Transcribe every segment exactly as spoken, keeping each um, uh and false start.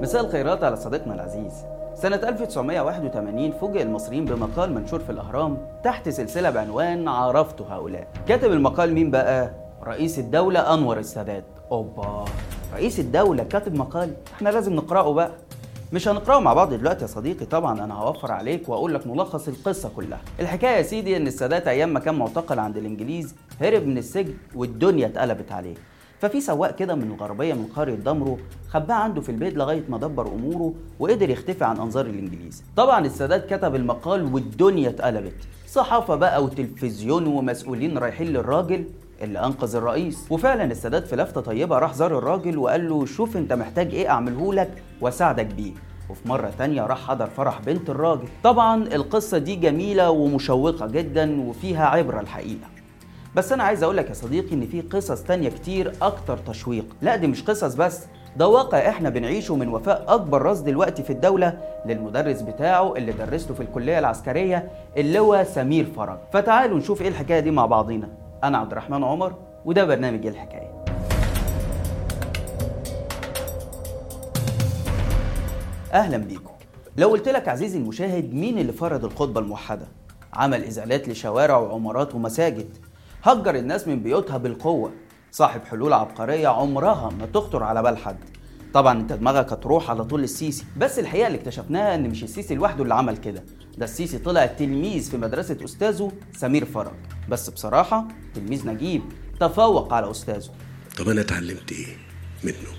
مساء الخيرات على صديقنا العزيز. سنة ألف وتسعمائة وواحد وثمانين فوجئ المصريين بمقال منشور في الأهرام تحت سلسلة بعنوان عرفت هؤلاء. كاتب المقال مين بقى؟ رئيس الدولة أنور السادات. أوبا، رئيس الدولة كاتب مقال؟ احنا لازم نقرأه بقى. مش هنقرأه مع بعض دلوقتي يا صديقي، طبعا أنا هوفر عليك وأقول لك ملخص القصة كلها. الحكاية يا سيدي إن السادات أيام ما كان معتقل عند الإنجليز هرب من السجن والدنيا اتقلبت عليه. ففي سواق كده من الغربية من قرية دمرو خباه عنده في البيت لغاية ما دبر أموره وقدر يختفي عن أنظار الإنجليز. طبعا السادات كتب المقال والدنيا اتقلبت، صحافة بقى وتلفزيون ومسؤولين رايحين للراجل اللي أنقذ الرئيس. وفعلا السادات في لفتة طيبة راح زار الراجل وقال له شوف انت محتاج ايه اعمله لك واساعدك بيه. وفي مرة تانية راح حضر فرح بنت الراجل. طبعا القصة دي جميلة ومشوقة جدا وفيها عبرة الحقيقة. بس أنا عايز أقولك يا صديقي إن في قصص تانية كتير أكتر تشويق. لا دي مش قصص بس، ده واقع إحنا بنعيشه من وفاء أكبر راس دلوقتي في الدولة للمدرس بتاعه اللي درسته في الكلية العسكرية اللي هو سمير فرج. فتعالوا نشوف إيه الحكاية دي مع بعضينا. أنا عبد الرحمن عمر وده برنامج إيه الحكاية. أهلا بيكم. لو قلت لك عزيزي المشاهد مين اللي فرض الخطبة الموحدة؟ عمل إزالات لشوارع وعمارات ومساجد، هجر الناس من بيوتها بالقوة، صاحب حلول عبقرية عمرها ما تخطر على بال حد. طبعا انت دماغك هتروح على طول السيسي، بس الحقيقة اللي اكتشفناها ان مش السيسي لوحده اللي عمل كده، ده السيسي طلع تلميذ في مدرسة أستاذه سمير فرج. بس بصراحة تلميذ نجيب تفوق على أستاذه. طب أنا اتعلمت إيه منه؟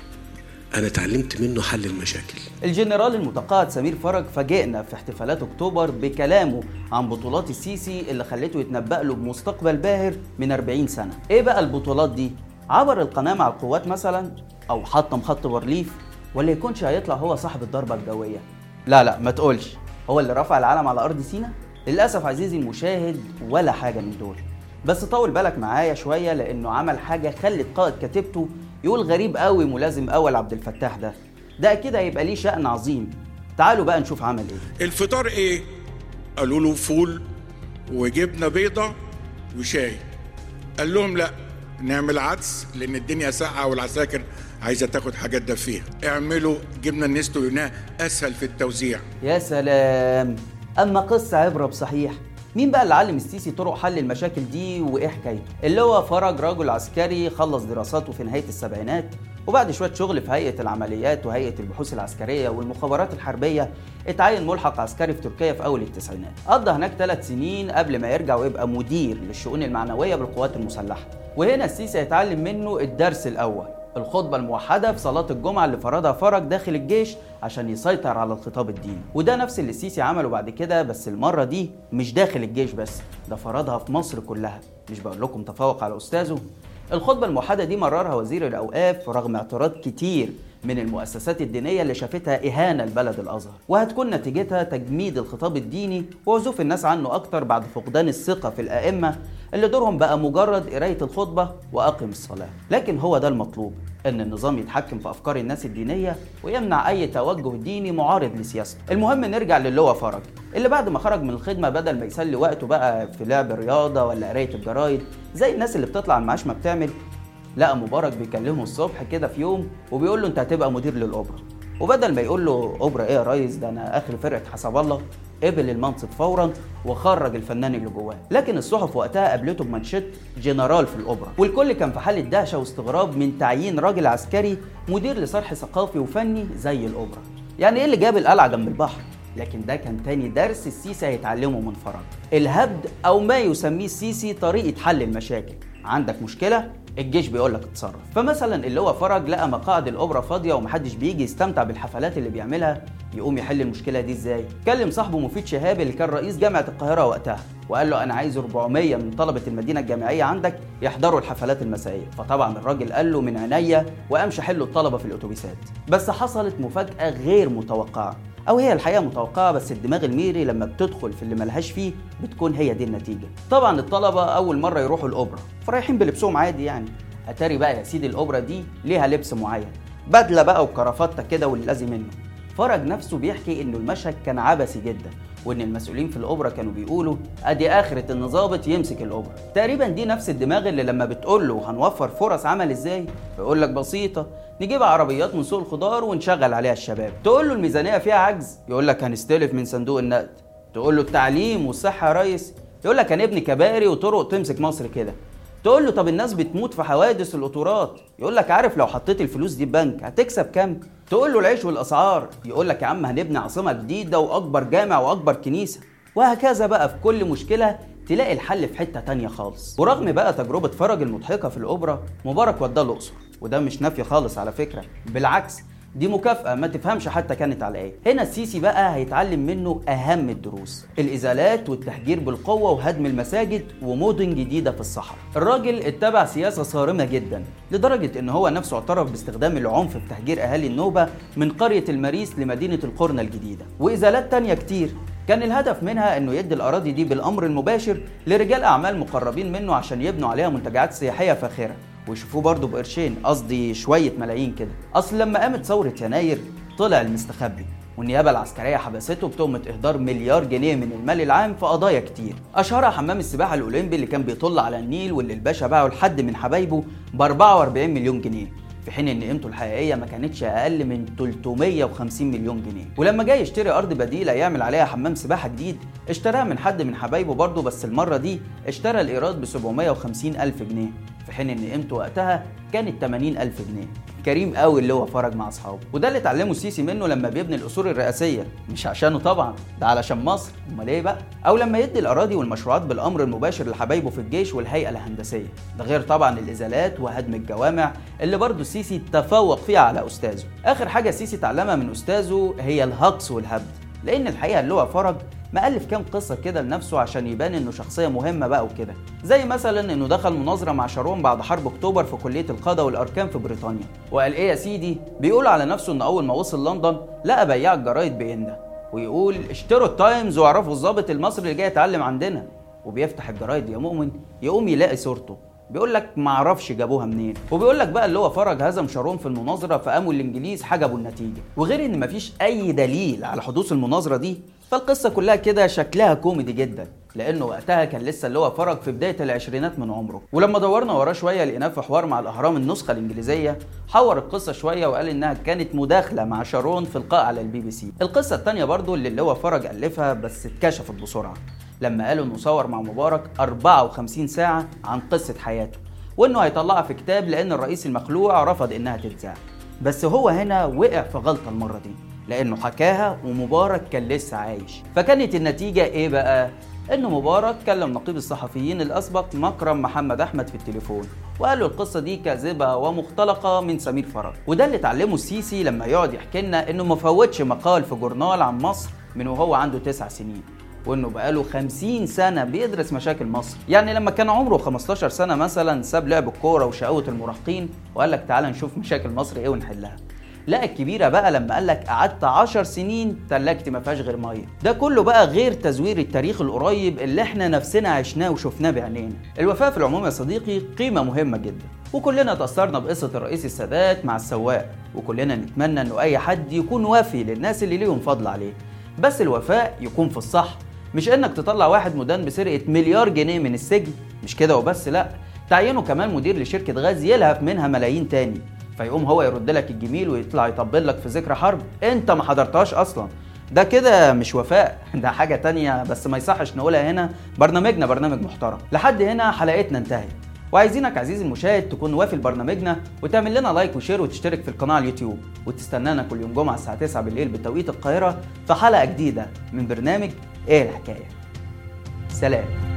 أنا اتعلمت منه حل المشاكل. الجنرال المتقاعد سمير فرج فاجئنا في احتفالات أكتوبر بكلامه عن بطولات السيسي اللي خلته يتنبأ له بمستقبل باهر من أربعين سنة. إيه بقى البطولات دي؟ عبر القناة مع القوات مثلا؟ أو حطم خط بارليف؟ ولا يكونش هيطلع هو صاحب الضربة الجوية؟ لا لا ما تقولش هو اللي رفع العلم على أرض سيناء؟ للأسف عزيزي المشاهد ولا حاجة من دول. بس طول بالك معايا شوية لأنه عمل حاجة خلت قائد كتيبته يقول غريب قوي ملازم أول عبد الفتاح ده ده أكيد هيبقى ليه شأن عظيم. تعالوا بقى نشوف عمل إيه. الفطار إيه؟ قالوا له فول وجبنة بيضة وشاي. قال لهم لا، نعمل عدس لأن الدنيا ساقعة والعساكر عايزة تاخد حاجات دافية. اعملوا جبنة النستو لأنها أسهل في التوزيع. يا سلام، أما قصة عبرة بصحيح. مين بقى اللي علم السيسي طرق حل المشاكل دي وايه حكايته؟ اللي هو فرج رجل عسكري خلص دراساته في نهاية السبعينات، وبعد شوية شغل في هيئة العمليات وهيئة البحوث العسكرية والمخابرات الحربية اتعين ملحق عسكري في تركيا في أول التسعينات. قضى هناك ثلاث سنين قبل ما يرجع ويبقى مدير للشؤون المعنوية بالقوات المسلحة. وهنا السيسي هيتعلم منه الدرس الأول، الخطبة الموحدة في صلاة الجمعة اللي فرضها فرج داخل الجيش عشان يسيطر على الخطاب الديني. وده نفس اللي السيسي عمله بعد كده، بس المرة دي مش داخل الجيش بس، ده فرضها في مصر كلها. مش بقول لكم تفوق على أستاذه؟ الخطبة الموحدة دي مررها وزير الأوقاف رغم اعتراض كتير من المؤسسات الدينية اللي شافتها إهانة لبلد الأزهر، وهتكون نتيجتها تجميد الخطاب الديني وعزوف الناس عنه أكتر بعد فقدان الثقة في الأئمة اللي دورهم بقى مجرد قراية الخطبة وأقم الصلاة. لكن هو ده المطلوب، إن النظام يتحكم في أفكار الناس الدينية ويمنع أي توجه ديني معارض لسياسته. المهم نرجع للي هو فرج، اللي بعد ما خرج من الخدمة بدل ما يسلي وقته بقى في لعب رياضة ولا قراية الجرايد زي الناس اللي بتطلع المعاش ما بتعمل، لقى مبارك بيكلمه الصبح كده في يوم وبيقول له انت هتبقى مدير للأوبرا. وبدل ما يقول له أوبرا ايه يا ريس، ده انا اخر فرقة حسب الله، قبل المنصب فورا وخرج الفنان اللي جواه. لكن الصحف وقتها قابلته بمانشيت جنرال في الأوبرا، والكل كان في حالة دهشة واستغراب من تعيين راجل عسكري مدير لصرح ثقافي وفني زي الأوبرا. يعني ايه اللي جاب القلعة جنب البحر؟ لكن ده كان تاني درس السيسي هيتعلمه من فرج، الهبد أو ما يسميه السيسي طريقة حل المشاكل. عندك مشكلة؟ الجيش بيقول لك اتصرف. فمثلا اللي هو فرج لقى مقاعد الأوبرا فاضية ومحدش بيجي يستمتع بالحفلات اللي بيعملها، يقوم يحل المشكلة دي ازاي؟ كلم صاحبه مفيد شهاب اللي كان رئيس جامعة القاهرة وقتها وقال له أنا عايز أربعمية من طلبة المدينة الجامعية عندك يحضروا الحفلات المسائية. فطبعا الراجل قال له من عينيا وقام شحل الطلبة في الأتوبيسات. بس حصلت مفاجأة غير متوقعة، أو هي الحقيقة متوقعة بس الدماغ الميري لما بتدخل في اللي ملهاش فيه بتكون هي دي النتيجة. طبعا الطلبة أول مرة يروحوا الأوبرا فرايحين بلبسهم عادي يعني. أتاري بقى يا سيدي الأوبرا دي ليها لبس معين، بدلة بقى وكرافتة كده واللازم منه. فرج نفسه بيحكي انه المشهد كان عبثي جدا، وان المسؤولين في الاوبرا كانوا بيقولوا ادي اخره ان ظابط يمسك الاوبرا. تقريبا دي نفس الدماغ اللي لما بتقول له هنوفر فرص عمل ازاي، يقول لك بسيطه، نجيب عربيات من سوق الخضار ونشغل عليها الشباب. تقول له الميزانيه فيها عجز، يقول لك هنستلف من صندوق النقد. تقول له التعليم والصحه يا ريس، يقول لك هنبني كباري وطرق تمسك مصر كده. تقول له طب الناس بتموت في حوادث القطورات، يقول لك عارف لو حطيت الفلوس دي بنك هتكسب كام؟ تقول له العيش والاسعار، يقول لك يا عم هنبني عاصمه جديده واكبر جامع واكبر كنيسه. وهكذا بقى في كل مشكله تلاقي الحل في حته تانية خالص. ورغم بقى تجربه فرج المضحكه في الاوبرا، مبارك وداه الاقصر، وده مش نفي خالص على فكره، بالعكس دي مكافأة ما تفهمش حتى كانت على ايه. هنا السيسي بقى هيتعلم منه اهم الدروس، الازالات والتهجير بالقوة وهدم المساجد ومدن جديدة في الصحراء. الراجل اتبع سياسة صارمة جدا، لدرجة ان هو نفسه اعترف باستخدام العنف في تهجير اهالي النوبة من قرية المريس لمدينة القرنة الجديدة، وازالات تانية كتير كان الهدف منها انه يدي الاراضي دي بالامر المباشر لرجال اعمال مقربين منه عشان يبنوا عليها منتجعات سياحية فاخرة ويشوفوه برضه بقرشين، قصدي شويه ملايين كده. اصل لما قامت ثوره يناير طلع المستخبي، والنيابه العسكريه حبسته بتهمه اهدار مليار جنيه من المال العام في قضايا كتير، اشهرها حمام السباحه الاولمبي اللي كان بيطل على النيل واللي الباشا باعه لحد من حبايبه ب أربعة وأربعين مليون جنيه، في حين ان قيمته الحقيقيه ما كانتش اقل من ثلاثمية وخمسين مليون جنيه. ولما جاي يشتري ارض بديله يعمل عليها حمام سباحه جديد، اشتراها من حد من حبايبه برضه، بس المره دي اشترى الايراد ب سبعمية وخمسين الف جنيه، في حين ان قيمته وقتها كانت ثمانين ألف جنيه. كريم قوي اللي هو فرج مع اصحابه، وده اللي اتعلمه السيسي منه لما بيبني القصور الرئاسيه، مش عشانه طبعا، ده علشان مصر، امال ايه بقى؟ او لما يدي الاراضي والمشروعات بالامر المباشر لحبايبه في الجيش والهيئه الهندسيه، ده غير طبعا الازالات وهدم الجوامع اللي برضه السيسي تفوق فيها على استاذه. اخر حاجه السيسي اتعلمها من استاذه هي الهجص والهبد، لان الحقيقه اللي هو فرج مألف كام قصة كده لنفسه عشان يبان انه شخصية مهمة بقى وكده، زي مثلا انه دخل مناظرة مع شارون بعد حرب اكتوبر في كلية القادة والاركان في بريطانيا، وقال ايه يا سيدي؟ بيقول على نفسه ان اول ما وصل لندن لقى بياع الجرايد بينده ويقول اشتروا التايمز واعرفوا الضابط المصري اللي جاي يتعلم عندنا، وبيفتح الجرايد يا مؤمن يقوم يلاقي صورته، بيقول لك معرفش جابوها منين. وبيقول لك بقى اللي هو فرج هزم شارون في المناظرة فقاموا الانجليز حجبوا النتيجة. وغير ان مفيش اي دليل على حدوث المناظرة دي، فالقصة كلها كده شكلها كوميدي جدا، لانه وقتها كان لسه اللي هو فرج في بداية العشرينات من عمره. ولما دورنا وراه شوية لقيناه في حوار مع الاهرام النسخة الانجليزية، حور القصة شوية وقال انها كانت مداخلة مع شارون في لقاء على البي بي سي. القصة التانية برضو اللي اللي هو فرج الفها بس اتكشفت بسرعة، لما قالوا انه صور مع مبارك أربعة وخمسين ساعة عن قصة حياته، وانه هيطلعها في كتاب لان الرئيس المخلوع رفض انها تتذاع. بس هو هنا وقع في غلطة المرة دي، لانه حكاها ومبارك كان لسه عايش. فكانت النتيجة ايه بقى؟ انه مبارك كلم نقيب الصحفيين الاسبق مكرم محمد احمد في التليفون وقال له القصة دي كاذبة ومختلقة من سمير فرج. وده اللي اتعلمه السيسي لما يقعد يحكي لنا انه ما فوتش مقال في جورنال عن مصر من وهو عنده تسع سنين، وانه بقاله خمسين سنة بيدرس مشاكل مصر. يعني لما كان عمره خمستاشر سنة مثلا ساب لعب الكورة وشقاوة المراهقين وقال لك تعالى نشوف مشاكل مصر ايه ونحلها. لا الكبيرة بقى لما قال لك قعدت عشر سنين تلاجتي ما فيهاش غير ميه. ده كله بقى غير تزوير التاريخ القريب اللي احنا نفسنا عشناه وشفناه بعينينا. الوفاء في العموم يا صديقي قيمة مهمة جدا، وكلنا تأثرنا بقصة الرئيس السادات مع السواق، وكلنا نتمنى انه اي حد يكون وافي للناس اللي ليهم فضل عليه، بس الوفاء يكون في الصح، مش انك تطلع واحد مدان بسرقة مليار جنيه من السجن، مش كده وبس، لا تعينه كمان مدير لشركة غاز يلهف منها ملايين تاني، فيقوم هو يرد لك الجميل ويطلع يطبل لك في ذكرى حرب انت ما حضرتهاش اصلا. ده كده مش وفاء، ده حاجة تانية بس ما يصحش نقولها هنا، برنامجنا برنامج محترم. لحد هنا حلقتنا انتهت، وعايزينك عزيزي المشاهد تكون وافي لبرنامجنا وتعمل لنا لايك وشير وتشترك في القناة على اليوتيوب، وتستنانا كل يوم جمعة الساعة تسعة بالليل بتوقيت القاهرة في حلقة جديدة من برنامج ايه الحكاية. سلام.